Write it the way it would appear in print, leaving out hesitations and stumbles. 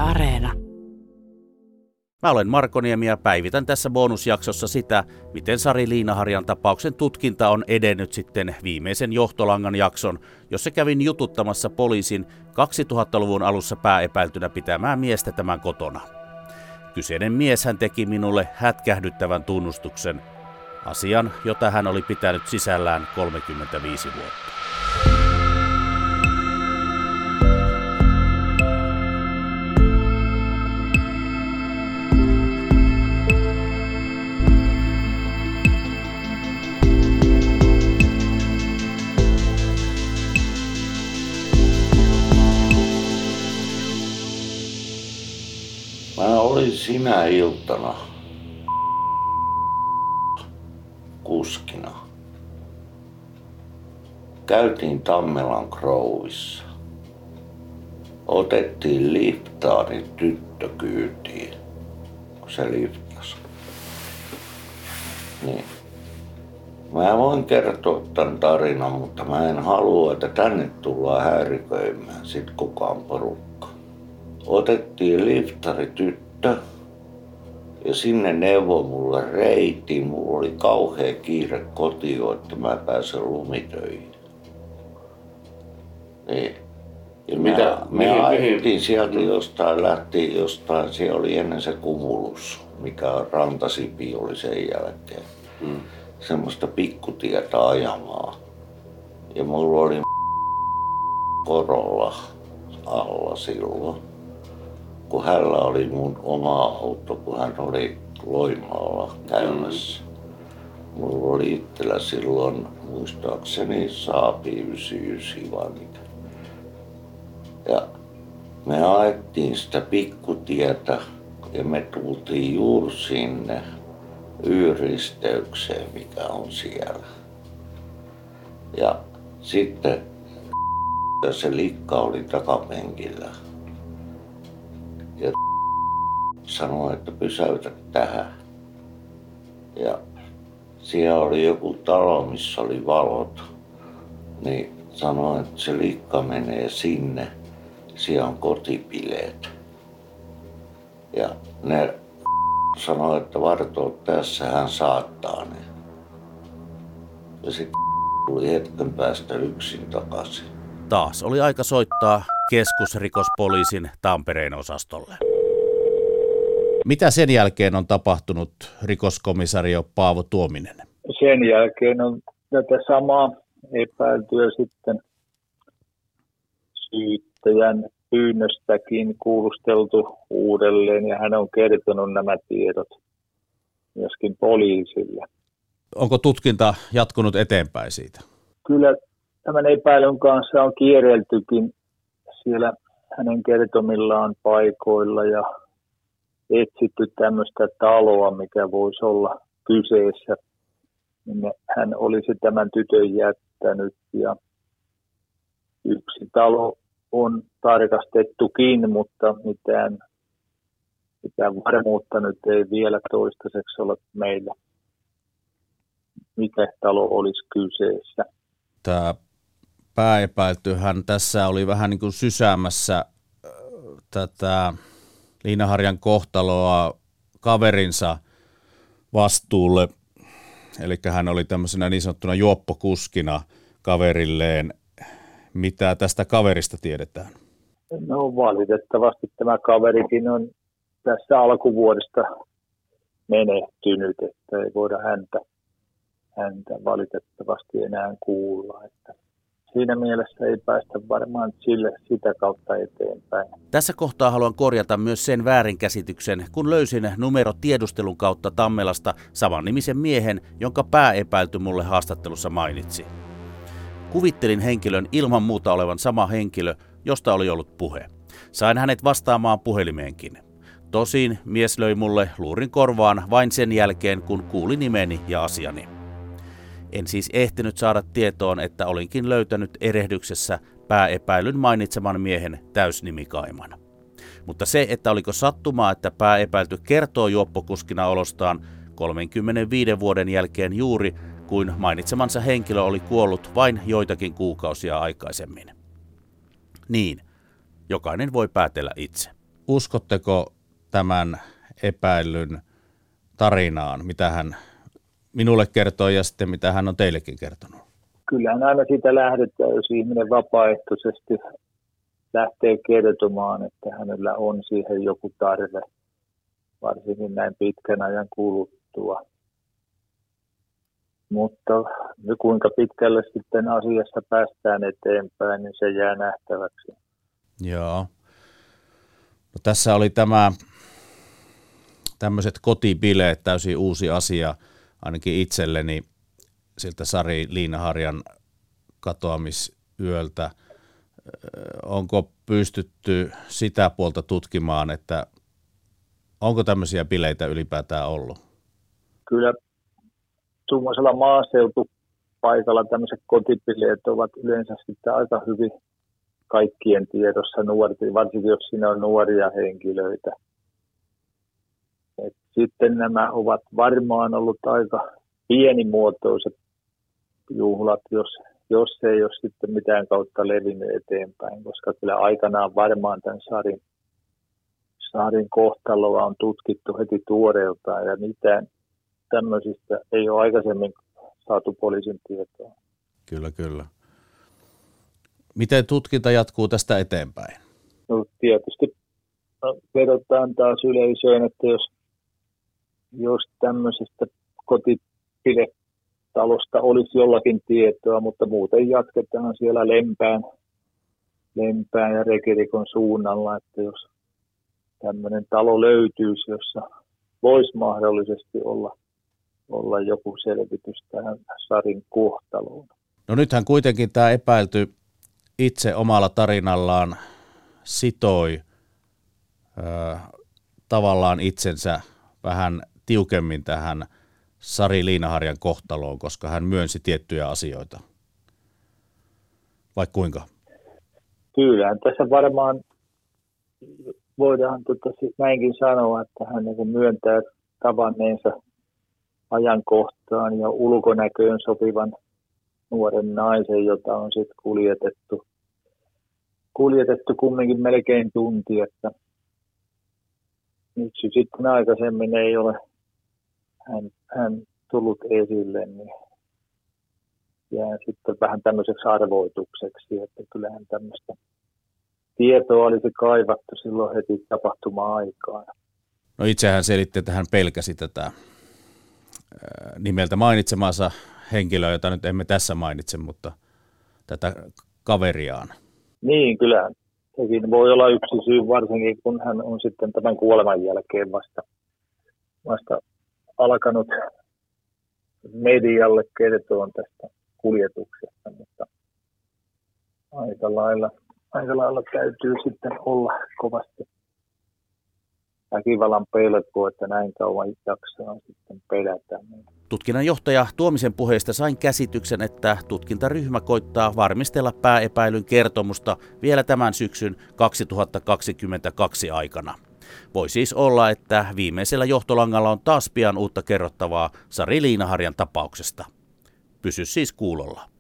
Areena. Mä olen Marko Niemi ja päivitän tässä bonusjaksossa sitä, miten Sari Liinaharjan tapauksen tutkinta on edennyt sitten viimeisen johtolangan jakson, jossa kävin jututtamassa poliisin 2000-luvun alussa pääepäiltynä pitämää miestä tämän kotona. Kyseinen mies hän teki minulle hätkähdyttävän tunnustuksen, asian, jota hän oli pitänyt sisällään 35 vuotta. Mä olin sinä iltana kuskina. Käytiin Tammelan Grouvissa. Otettiin liftaari tyttö kyytiin, kun se liftasi. Niin. Mä voin kertoa tämän tarinan, mutta mä en halua, että tänne tullaan häiriköimään sit kukaan porukka. Otettiin liftari tyttö ja sinne neuvoi mulle reitin. Mulla oli kauhea kiire kotiin, että mä pääsen lumitöihin. Niin. Ja me ajettiin sieltä lähti jostain, siellä oli ennen se Kumulus, mikä Rantasipi oli sen jälkeen. Semmoista pikkutietä ajamaa. Ja mulla oli Corolla alla silloin. Kun hänellä oli mun oma auto, kun hän oli Loimaalla käymässä. Mulla oli itsellä silloin, muistaakseni, Saabi 99 vai mikä. Ja me ajettiin sitä pikkutietä ja me tultiin juuri sinne Y-risteykseen, mikä on siellä. Ja sitten se likka oli takapenkillä. Ja sanoi, että pysäytä tähän. Ja siellä oli joku talo, missä oli valot. Niin sanoi, että se likka menee sinne. Siellä on kotipileet. Ja ne sanoi, että vartoo tässä, hän saattaa ne. Ja sitten tuli hetken päästä yksin takaisin. Taas oli aika soittaa keskusrikospoliisin Tampereen osastolle. Mitä sen jälkeen on tapahtunut, rikoskomisario Paavo Tuominen? Sen jälkeen on tätä samaa epäiltyä sitten syyttäjän pyynnöstäkin kuulusteltu uudelleen ja hän on kertonut nämä tiedot myöskin poliisille. Onko tutkinta jatkunut eteenpäin siitä? Kyllä tämän epäilyn kanssa on kierreltykin siellä hänen kertomillaan paikoilla ja etsitty tämmöistä taloa, mikä voisi olla kyseessä. Hän olisi tämän tytön jättänyt ja yksi talo on tarkastettukin, mutta mitään varmuutta nyt ei vielä toistaiseksi ole meillä, mikä talo olisi kyseessä. Tämä pääepäiltyhän tässä oli vähän niin kuin sysäämässä tätä Liinaharjan kohtaloa kaverinsa vastuulle. Eli hän oli tämmöisenä niin sanottuna juoppokuskina kaverilleen. Mitä tästä kaverista tiedetään? No valitettavasti tämä kaverikin on tässä alkuvuodesta menehtynyt, että ei voida häntä valitettavasti enää kuulla. Että siinä mielessä ei päästä varmaan sitä kautta eteenpäin. Tässä kohtaa haluan korjata myös sen väärinkäsityksen, kun löysin numerotiedustelun kautta Tammelasta samannimisen miehen, jonka pääepäilty mulle haastattelussa mainitsi. Kuvittelin henkilön ilman muuta olevan sama henkilö, josta oli ollut puhe. Sain hänet vastaamaan puhelimeenkin. Tosin mies löi mulle luurin korvaan vain sen jälkeen, kun kuuli nimeni ja asiani. En siis ehtinyt saada tietoon, että olinkin löytänyt erehdyksessä pääepäilyn mainitseman miehen täysnimikaiman. Mutta se, että oliko sattumaa, että pääepäilty kertoo juoppokuskina olostaan 35 vuoden jälkeen juuri, kuin mainitsemansa henkilö oli kuollut vain joitakin kuukausia aikaisemmin. Niin, jokainen voi päätellä itse. uskotteko tämän epäillyn tarinaan, mitä hän minulle kertoi ja sitten mitä hän on teillekin kertonut? Kyllähän aina siitä lähdetään, jos ihminen vapaaehtoisesti lähtee kertomaan, että hänellä on siihen joku tarve, varsinkin näin pitkän ajan kuluttua. Mutta kuinka pitkälle sitten asiassa päästään eteenpäin, niin se jää nähtäväksi. Joo. No, tässä oli tämmöiset kotibileet, täysin uusi asia ainakin itselleni siltä Sari Liinaharjan katoamisyöltä. Onko pystytty sitä puolta tutkimaan, että onko tämmöisiä bileitä ylipäätään ollut? Kyllä tuommoisella maaseutupaikalla tämmöiset kotibileet ovat yleensä sitten aika hyvin kaikkien tiedossa nuorten, varsinkin jos siinä on nuoria henkilöitä. Et sitten nämä ovat varmaan ollut aika pienimuotoiset juhlat, jos ei ole sitten mitään kautta levinnyt eteenpäin, koska kyllä aikanaan varmaan tämän Sarin kohtaloa on tutkittu heti tuoreeltaan ja mitään tämmöisistä ei ole aikaisemmin saatu poliisin tietoa. Kyllä, kyllä. Miten tutkinta jatkuu tästä eteenpäin? No, tietysti vedotaan taas yleisöön, että jos tämmöisestä kotipidetalosta olisi jollakin tietoa, mutta muuten jatketaan siellä Lempään ja Rekerikon suunnalla, että jos tämmöinen talo löytyisi, jossa voisi mahdollisesti olla joku selvitys tähän Sarin kohtaloon. No nythän kuitenkin tämä epäilty itse omalla tarinallaan sitoi tavallaan itsensä vähän tiukemmin tähän Sari Liinaharjan kohtaloon, koska hän myönsi tiettyjä asioita. Vai kuinka? Kyllähän tässä varmaan voidaan näinkin sanoa, että hän niin myöntää tavanneensa ajankohtaan ja ulkonäköön sopivan nuoren naisen, jota on sitten kuljetettu kumminkin melkein tunti, että miksi sitten aikaisemmin ei ole hän tullut esille, niin jää sitten vähän tämmöiseksi arvoitukseksi, että kyllähän tämmöistä tietoa olisi kaivattu silloin heti tapahtuma-aikaan. No itsehän selitti, että hän pelkäsi tätä nimeltä mainitsemaansa henkilöä, jota nyt emme tässä mainitse, mutta tätä kaveriaan. Niin, kyllä. Sekin voi olla yksi syy, varsinkin kun hän on sitten tämän kuoleman jälkeen vasta alkanut medialle kertoa tästä kuljetuksesta, mutta aika lailla täytyy sitten olla kovasti väkivallan pelkoa, että näin kauan jaksaa sitten pelätä. Tutkinnanjohtaja Tuomisen puheesta sain käsityksen, että tutkintaryhmä koittaa varmistella pääepäilyn kertomusta vielä tämän syksyn 2022 aikana. Voi siis olla, että viimeisellä johtolangalla on taas pian uutta kerrottavaa Sari Liinaharjan tapauksesta. Pysy siis kuulolla.